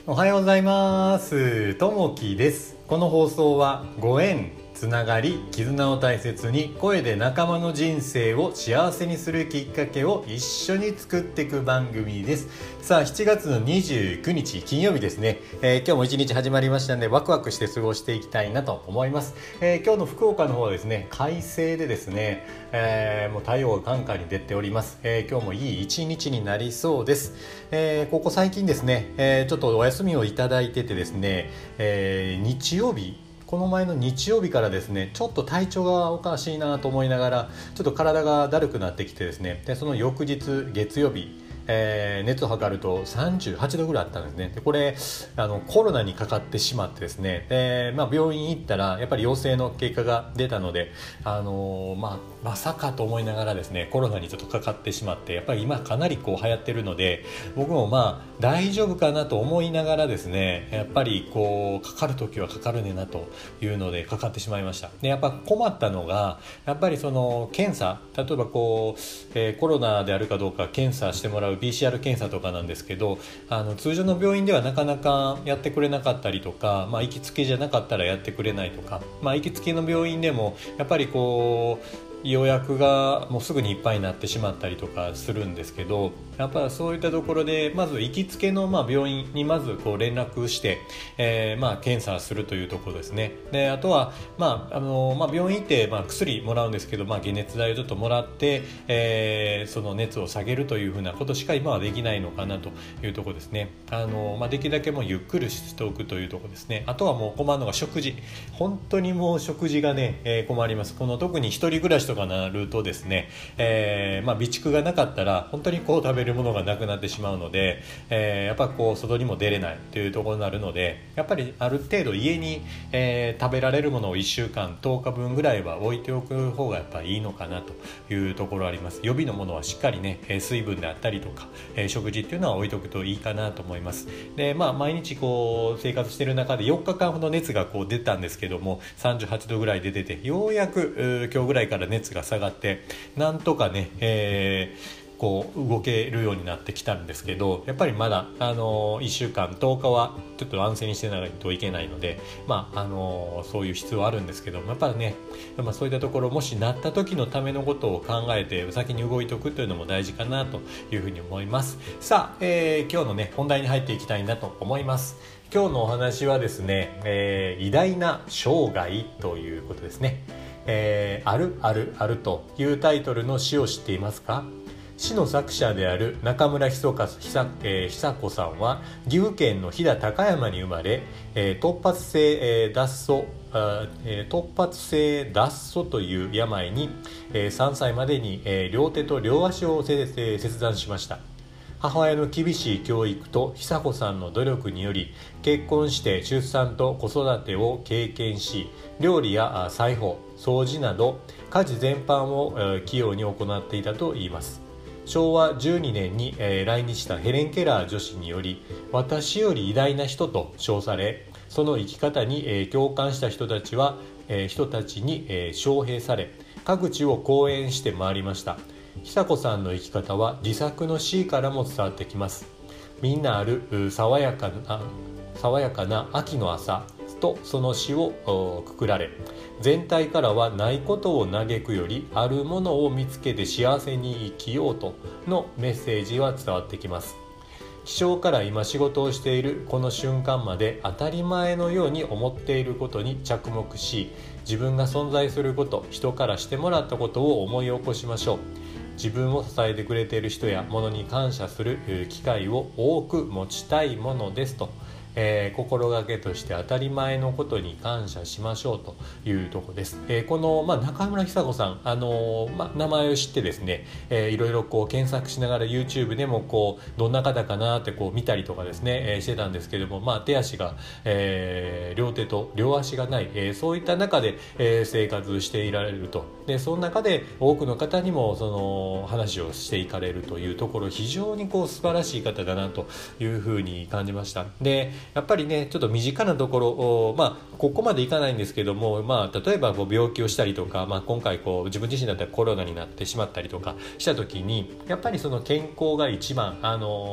おはようございます。ともきです。この放送はご縁、つながり、絆を大切に声で仲間の人生を幸せにするきっかけを一緒に作っていく番組です。さあ7月の29日金曜日ですね、今日も一日始まりましたのでワクワクして過ごしていきたいなと思います。今日の福岡の方はですね快晴でですね、もう太陽が眼下に出ております。今日もいい一日になりそうです。ここ最近ですね、ちょっとお休みをいただいててですね、この前の日曜日からですねちょっと体調がおかしいなと思いながらちょっと体がだるくなってきてですね、でその翌日月曜日、熱を測ると38度ぐらいあったんですね。でこれコロナにかかってしまってですね、病院行ったらやっぱり陽性の結果が出たので、まさかと思いながらですねコロナにちょっとかかってしまって、やっぱり今かなり流行ってるので僕も大丈夫かなと思いながらですね、やっぱりかかる時はかかるねなというのでかかってしまいました。でやっぱ困ったのがやっぱりその検査、例えばコロナであるかどうか検査してもらうPCR 検査とかなんですけど、通常の病院ではなかなかやってくれなかったりとか、行きつけじゃなかったらやってくれないとか、行きつけの病院でもやっぱり予約がもうすぐにいっぱいになってしまったりとかするんですけど、やっぱりそういったところでまず行きつけの病院にまず連絡して、検査するというところですね。であとは、病院行って、薬もらうんですけど、解熱剤をちょっともらって、その熱を下げるというふうなことしか今はできないのかなというところですね。できるだけもうゆっくりしておくというところですね。あとはもう困るのが食事、本当にもう食事がね、困ります。特に一人暮らしとかなるとですね、備蓄がなかったら本当に食べるものがなくなってしまうので、やっぱ外にも出れないというところになるので、やっぱりある程度家に、食べられるものを1週間10日分ぐらいは置いておく方がやっぱりいいのかなというところあります。予備のものはしっかりね水分であったりとか、食事っていうのは置いておくといいかなと思います。で毎日生活している中で4日間ほど熱が出たんですけども、38度ぐらいで出て、ようやく今日ぐらいから熱が下がってなんとかね、動けるようになってきたんですけど、やっぱりまだ1週間10日はちょっと安静にしてないといけないので、そういう必要はあるんですけど、やっぱりね、そういったところもしなった時のためのことを考えて先に動いておくというのも大事かなというふうに思います。さあ、今日のね本題に入っていきたいなと思います。今日のお話はですね、偉大な生涯ということですね。あるあるあるというタイトルの詩を知っていますか？詩の作者である中村久子さんは岐阜県の飛騨高山に生まれ、突発性脱素という病に、3歳までに、両手と両足を切断しました。母親の厳しい教育と久子さんの努力により結婚して出産と子育てを経験し、料理や裁縫、掃除など家事全般を器用に行っていたといいます。昭和12年に来日したヘレン・ケラー女史により私より偉大な人と称され、その生き方に共感した人たちに招聘され各地を講演して回りました。久子さんの生き方は自作の詩からも伝わってきます。みんなある爽やかな秋の朝とその詩をくくられ、全体からはないことを嘆くよりあるものを見つけて幸せに生きようとのメッセージは伝わってきます。起床から今仕事をしているこの瞬間まで当たり前のように思っていることに着目し、自分が存在すること、人からしてもらったことを思い起こしましょう。自分を支えてくれている人や物に感謝する機会を多く持ちたいものですと、心がけとして当たり前のことに感謝しましょうというところです。この、中村久子さん、名前を知ってですね、いろいろ検索しながら YouTube でもどんな方かなって見たりとかですね、してたんですけども、手足が、両手と両足がない、そういった中で、生活していられると。でその中で多くの方にもその話をしていかれるというところ、非常に素晴らしい方だなというふうに感じました。でやっぱりねちょっと身近なところ、ここまでいかないんですけども、例えば病気をしたりとか、今回自分自身だったらコロナになってしまったりとかした時に、やっぱりその健康が一番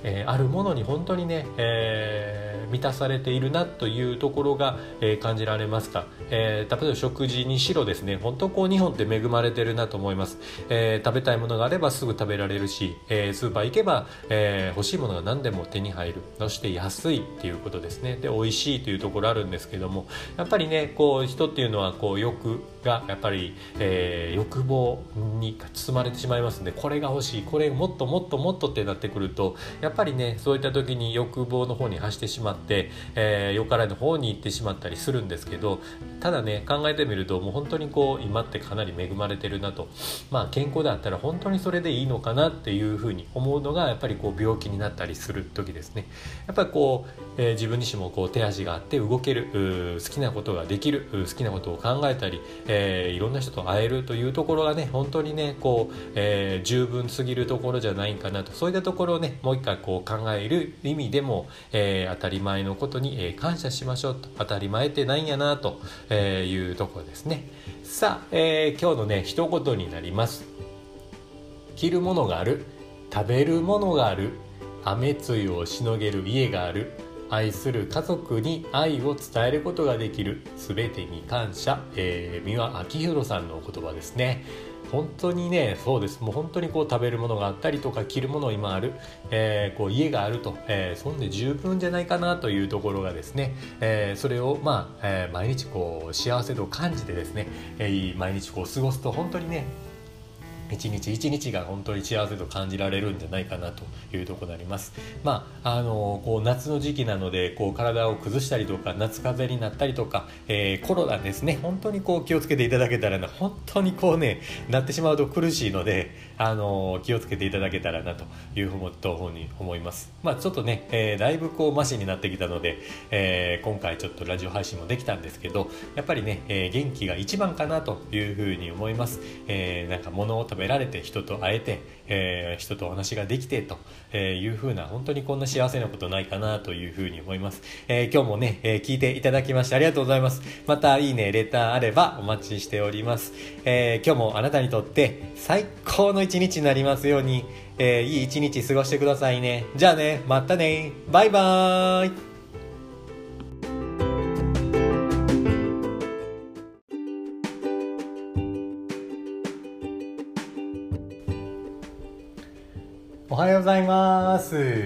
あるものに本当にね、満たされているなというところが、感じられますか。例えば食事にしろですね、本当日本って恵まれてるなと思います。食べたいものがあればすぐ食べられるし、スーパー行けば、欲しいものが何でも手に入る、そして安いっていうことですね。で美味しいというところあるんですけども、やっぱりね人っていうのは欲がやっぱり、欲望に包まれてしまいますので、これが欲しい、これもっともっともっとってなってくると、やっぱりねそういった時に欲望の方に走ってしまって、よからぬ方に行ってしまったりするんですけど、ただね考えてみるともう本当に今ってかなり恵まれてるなと、健康だったら本当にそれでいいのかなっていうふうに思うのがやっぱり病気になったりする時ですね。やっぱり自分自身も手足があって動ける、好きなことができる、好きなことを考えたり、いろんな人と会えるというところがね本当にね十分すぎるところじゃないかなと、そういったところをねもう一回考える意味でも、当たり前のことに、感謝しましょうと、当たり前ってなんやなというところですね。さあ、今日のね一言になります。着るものがある、食べるものがある、雨露をしのげる家がある、愛する家族に愛を伝えることができる、すべてに感謝、三輪明宏さんのお言葉ですね。本当にねそうです。もう本当に食べるものがあったりとか着るもの今ある、家があると、そんで十分じゃないかなというところがですね、それを毎日幸せと感じてですね、毎日過ごすと本当にね一日一日が本当に幸せと感じられるんじゃないかなというところになります。夏の時期なので体を崩したりとか夏風邪になったりとか、コロナですね、本当に気をつけていただけたらな、本当になってしまうと苦しいので、気をつけていただけたらなというふうに思います。ちょっとね、だいぶマシになってきたので、今回ちょっとラジオ配信もできたんですけど、やっぱりね、元気が一番かなというふうに思います。物を食べられて人と会えて、人とお話ができてというふうな、本当にこんな幸せなことないかなというふうに思います。今日もね、聞いていただきましてありがとうございます。またいいねレターあればお待ちしております。今日もあなたにとって最高の一日になりますように、いい一日過ごしてくださいね。じゃあね、またね、バイバーイ。おはようございます。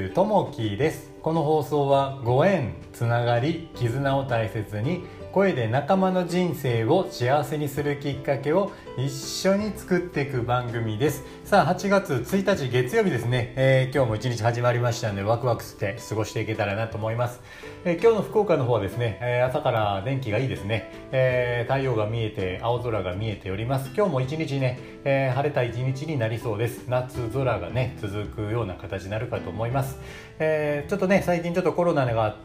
ともきです。この放送はご縁、つながり、絆を大切に声で仲間の人生を幸せにするきっかけを一緒に作っていく番組です。さあ8月1日月曜日ですね、今日も一日始まりましたのでワクワクして過ごしていけたらなと思います。今日の福岡の方はですね、朝から天気がいいですね、太陽が見えて青空が見えております。今日も一日ね、晴れた一日になりそうです。夏空がね続くような形になるかと思います。ちょっとね最近ちょっとコロナがあって、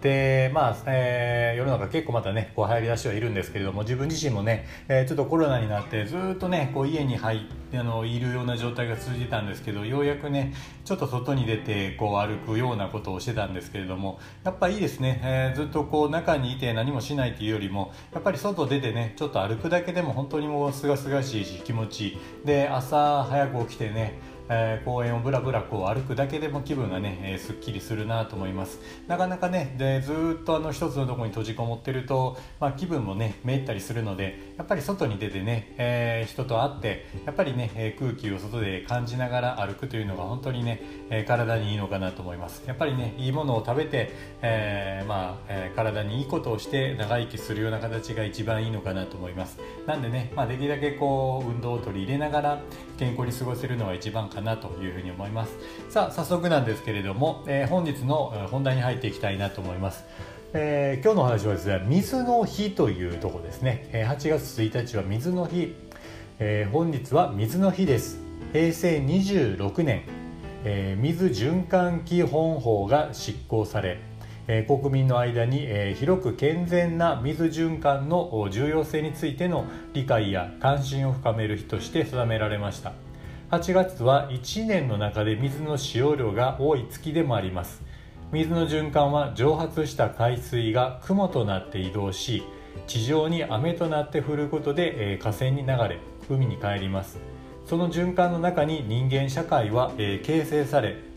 世の中結構またね流行り出してはいるんですけれども、自分自身もね、ちょっとコロナになってずっとね家に入っているような状態が続いてたんですけど、ようやくねちょっと外に出て歩くようなことをしてたんですけれども、やっぱいいですね、ずっと中にいて何もしないというよりもやっぱり外出てねちょっと歩くだけでも本当にもうすがすがしいし気持ちいいで、朝早く起きてね公園をぶらぶら歩くだけでも気分がね、すっきりするなと思います。なかなかねでずっと一つのところに閉じこもってると、気分もねめいったりするので、やっぱり外に出てね、人と会ってやっぱりね、空気を外で感じながら歩くというのが本当にね、体にいいのかなと思います。やっぱりねいいものを食べて、体にいいことをして長生きするような形が一番いいのかなと思います。なんでね、できるだけ運動を取り入れながら健康に過ごせるのが一番かなというふうに思います。さあ早速なんですけれども、本日の本題に入っていきたいなと思います。今日のお話はですね、水の日というところですね。8月1日は水の日、本日は水の日です。平成26年、水循環基本法が施行され、国民の間に、広く健全な水循環の重要性についての理解や関心を深める日として定められました。8月は1年の中で水の使用量が多い月でもあります。水の循環は蒸発した海水が雲となって移動し、地上に雨となって降ることで、河川に流れ海に帰ります。その循環の中に人間社会は、形成され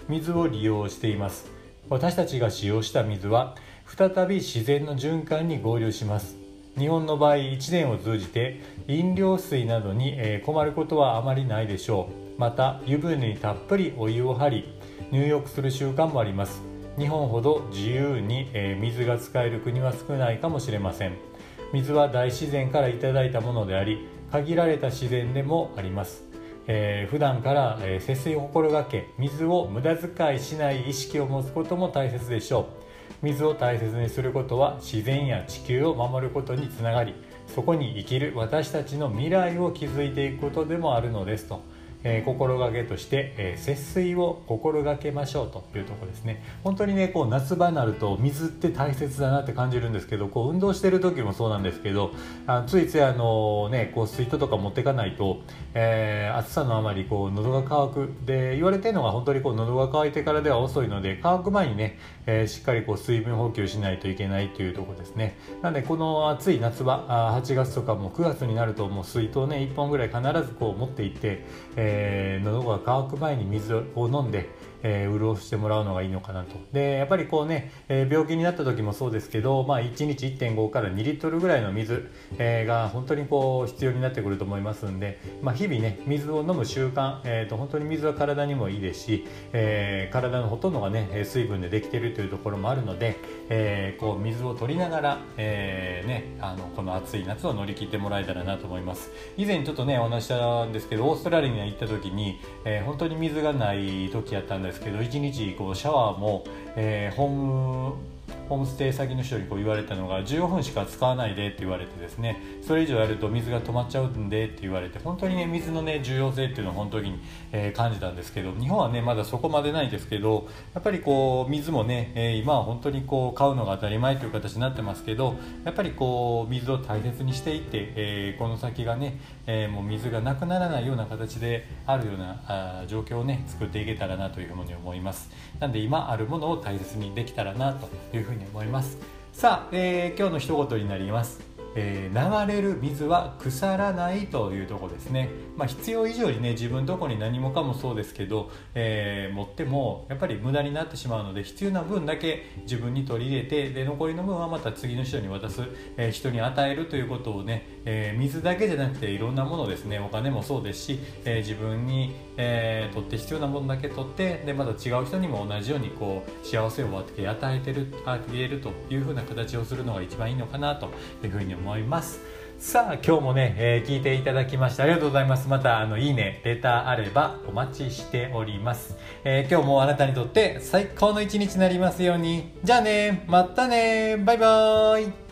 水を利用しています。私たちが使用した水は再び自然の循環に合流します。日本の場合、1年を通じて飲料水などに困ることはあまりないでしょう。また湯船にたっぷりお湯を張り入浴する習慣もあります。日本ほど自由に水が使える国は少ないかもしれません。水は大自然からいただいたものであり、限られた自然でもあります。普段から、節水を心がけ、水を無駄遣いしない意識を持つことも大切でしょう。水を大切にすることは自然や地球を守ることにつながり、そこに生きる私たちの未来を築いていくことでもあるのですと、心がけとして、節水を心がけましょうというところですね。本当にね、こう夏場になると水って大切だなって感じるんですけど、こう運動してる時もそうなんですけど、ついついこう水筒とか持っていかないと、暑さのあまりこう喉が渇くで言われているのが、本当にこう喉が渇いてからでは遅いので、乾く前にね、しっかりこう水分補給しないといけないというところですね。なのでこの暑い夏場、8月とかも9月になると、もう水筒ね1本ぐらい必ずこう持っていって、喉が渇く前に水を飲んで、潤してもらうのがいいのかなと。でやっぱりこうね、病気になった時もそうですけど、1日 1.5 から2リットルぐらいの水、が本当にこう必要になってくると思いますんで、日々ね水を飲む習慣、本当に水は体にもいいですし、体のほとんどがね水分でできているというところもあるので、こう水を取りながら、この暑い夏を乗り切ってもらえたらなと思います。以前ちょっとねお話したんですけど、オーストラリアに行った時に、本当に水がない時やったんですけど、1日こうシャワーも、ホームステイ先の人にこう言われたのが、15分しか使わないでって言われてですね、それ以上やると水が止まっちゃうんでって言われて、本当にね水のね重要性っていうのを本当に、感じたんですけど、日本はねまだそこまでないですけど、やっぱりこう水もね、今は本当にこう買うのが当たり前という形になってますけど、やっぱりこう水を大切にしていって、この先がね、もう水がなくならないような形であるような状況をね作っていけたらなというふうに思います。なんで今あるものを大切にできたらなというふうに思います。さあ、今日の一言になります。流れる水は腐らないというところですね。必要以上にね自分どこに何もかもそうですけど、持ってもやっぱり無駄になってしまうので、必要な分だけ自分に取り入れて、で残りの分はまた次の人に渡す、人に与えるということをね、水だけじゃなくていろんなものですね、お金もそうですし、自分に、取って必要なものだけ取って、でまた違う人にも同じようにこう幸せを与えるというふうな形をするのが一番いいのかなというふうに思います。さあ今日もね、聞いていただきましてありがとうございます。またいいねレターあればお待ちしております。今日もあなたにとって最高の一日になりますように。じゃあね、またね、バイバーイ。